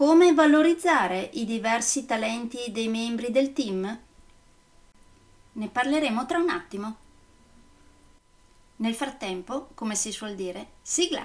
Come valorizzare i diversi talenti dei membri del team? Ne parleremo tra un attimo. Nel frattempo, come si suol dire, sigla!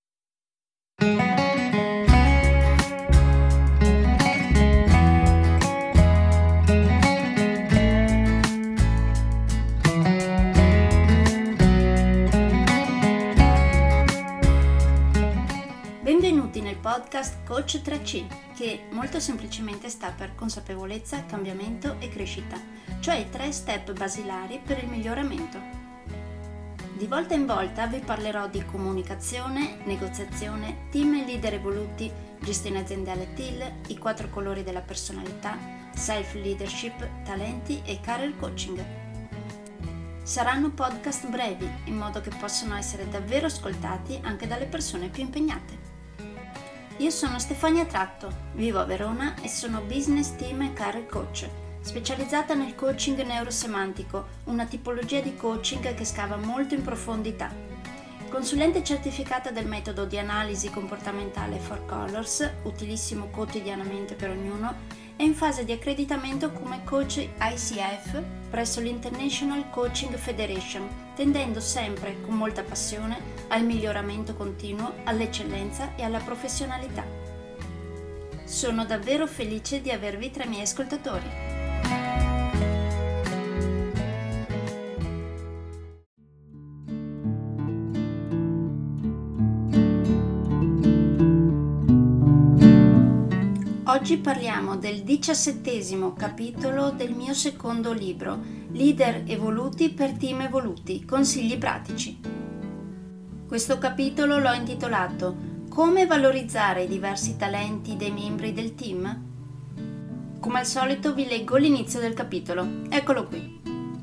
Benvenuti nel podcast Coach 3C, che molto semplicemente sta per consapevolezza, cambiamento e crescita, cioè i 3 step basilari per il miglioramento. Di volta in volta vi parlerò di comunicazione, negoziazione, team e leader evoluti, gestione aziendale TIL, i 4 colori della personalità, self-leadership, talenti e career coaching. Saranno podcast brevi, in modo che possano essere davvero ascoltati anche dalle persone più impegnate. Io sono Stefania Tratto, vivo a Verona e sono business team e career coach, specializzata nel coaching neurosemantico, una tipologia di coaching che scava molto in profondità. Consulente certificata del metodo di analisi comportamentale 4 Colors, utilissimo quotidianamente per ognuno, è in fase di accreditamento come coach ICF presso l'International Coaching Federation, tendendo sempre con molta passione al miglioramento continuo, all'eccellenza e alla professionalità. Sono davvero felice di avervi tra i miei ascoltatori. Oggi parliamo del 17° capitolo del mio secondo libro, Leader evoluti per team evoluti, consigli pratici. Questo capitolo l'ho intitolato Come valorizzare i diversi talenti dei membri del team? Come al solito vi leggo l'inizio del capitolo, eccolo qui.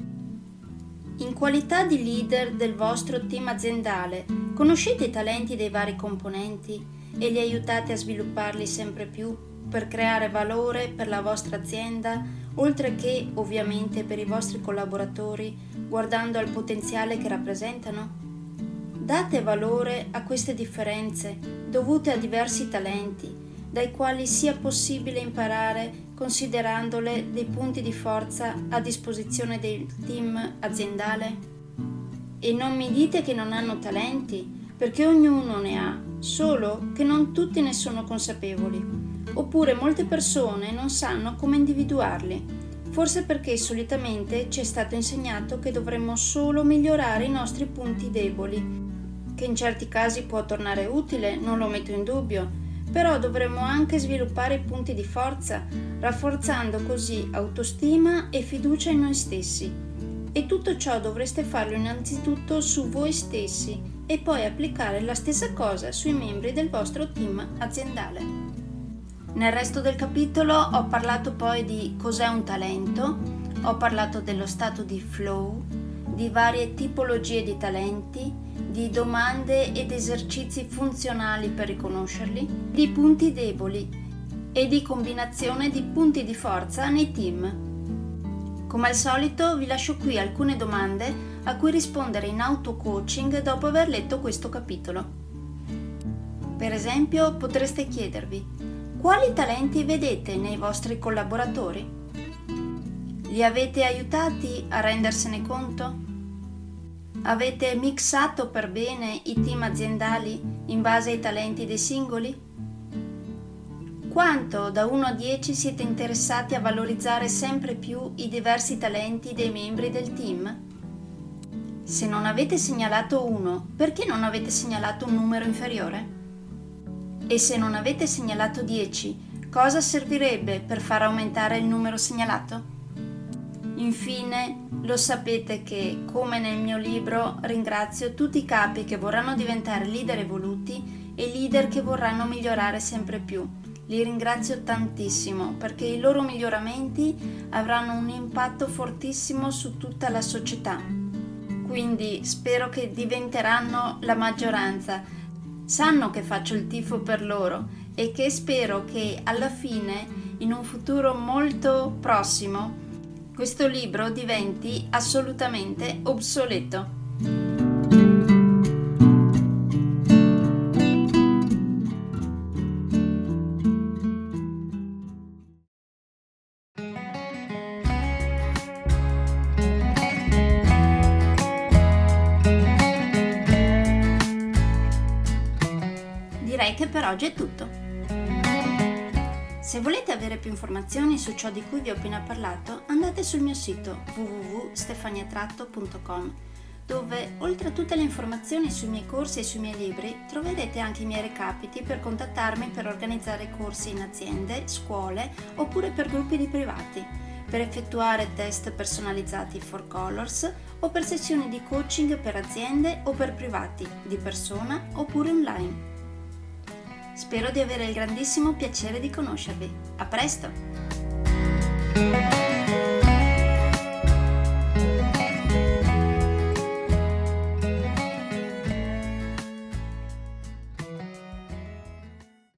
In qualità di leader del vostro team aziendale, conoscete i talenti dei vari componenti e li aiutate a svilupparli sempre più per creare valore per la vostra azienda, oltre che ovviamente per i vostri collaboratori, guardando al potenziale che rappresentano? Date valore a queste differenze dovute a diversi talenti, dai quali sia possibile imparare considerandole dei punti di forza a disposizione del team aziendale? E non mi dite che non hanno talenti, perché ognuno ne ha, solo che non tutti ne sono consapevoli. Oppure molte persone non sanno come individuarli, forse perché solitamente ci è stato insegnato che dovremmo solo migliorare i nostri punti deboli, che in certi casi può tornare utile, non lo metto in dubbio, però dovremmo anche sviluppare i punti di forza, rafforzando così autostima e fiducia in noi stessi. E tutto ciò dovreste farlo innanzitutto su voi stessi e poi applicare la stessa cosa sui membri del vostro team aziendale. Nel resto del capitolo ho parlato poi di cos'è un talento, ho parlato dello stato di flow, di varie tipologie di talenti, di domande ed esercizi funzionali per riconoscerli, di punti deboli e di combinazione di punti di forza nei team. Come al solito vi lascio qui alcune domande a cui rispondere in auto-coaching dopo aver letto questo capitolo. Per esempio potreste chiedervi: quali talenti vedete nei vostri collaboratori? Li avete aiutati a rendersene conto? Avete mixato per bene i team aziendali in base ai talenti dei singoli? Quanto da 1 a 10 siete interessati a valorizzare sempre più i diversi talenti dei membri del team? Se non avete segnalato 1, perché non avete segnalato un numero inferiore? E se non avete segnalato 10, cosa servirebbe per far aumentare il numero segnalato? Infine, lo sapete che, come nel mio libro, ringrazio tutti i capi che vorranno diventare leader evoluti e leader che vorranno migliorare sempre più. Li ringrazio tantissimo perché i loro miglioramenti avranno un impatto fortissimo su tutta la società. Quindi spero che diventeranno la maggioranza. Sanno che faccio il tifo per loro e che spero che alla fine, in un futuro molto prossimo, questo libro diventi assolutamente obsoleto. che per oggi è tutto. Se volete avere più informazioni su ciò di cui vi ho appena parlato, andate sul mio sito www.stefaniatratto.com, dove oltre a tutte le informazioni sui miei corsi e sui miei libri troverete anche i miei recapiti per contattarmi per organizzare corsi in aziende, scuole oppure per gruppi di privati, per effettuare test personalizzati for Colors o per sessioni di coaching per aziende o per privati, di persona oppure online. Spero di avere il grandissimo piacere di conoscervi. A presto!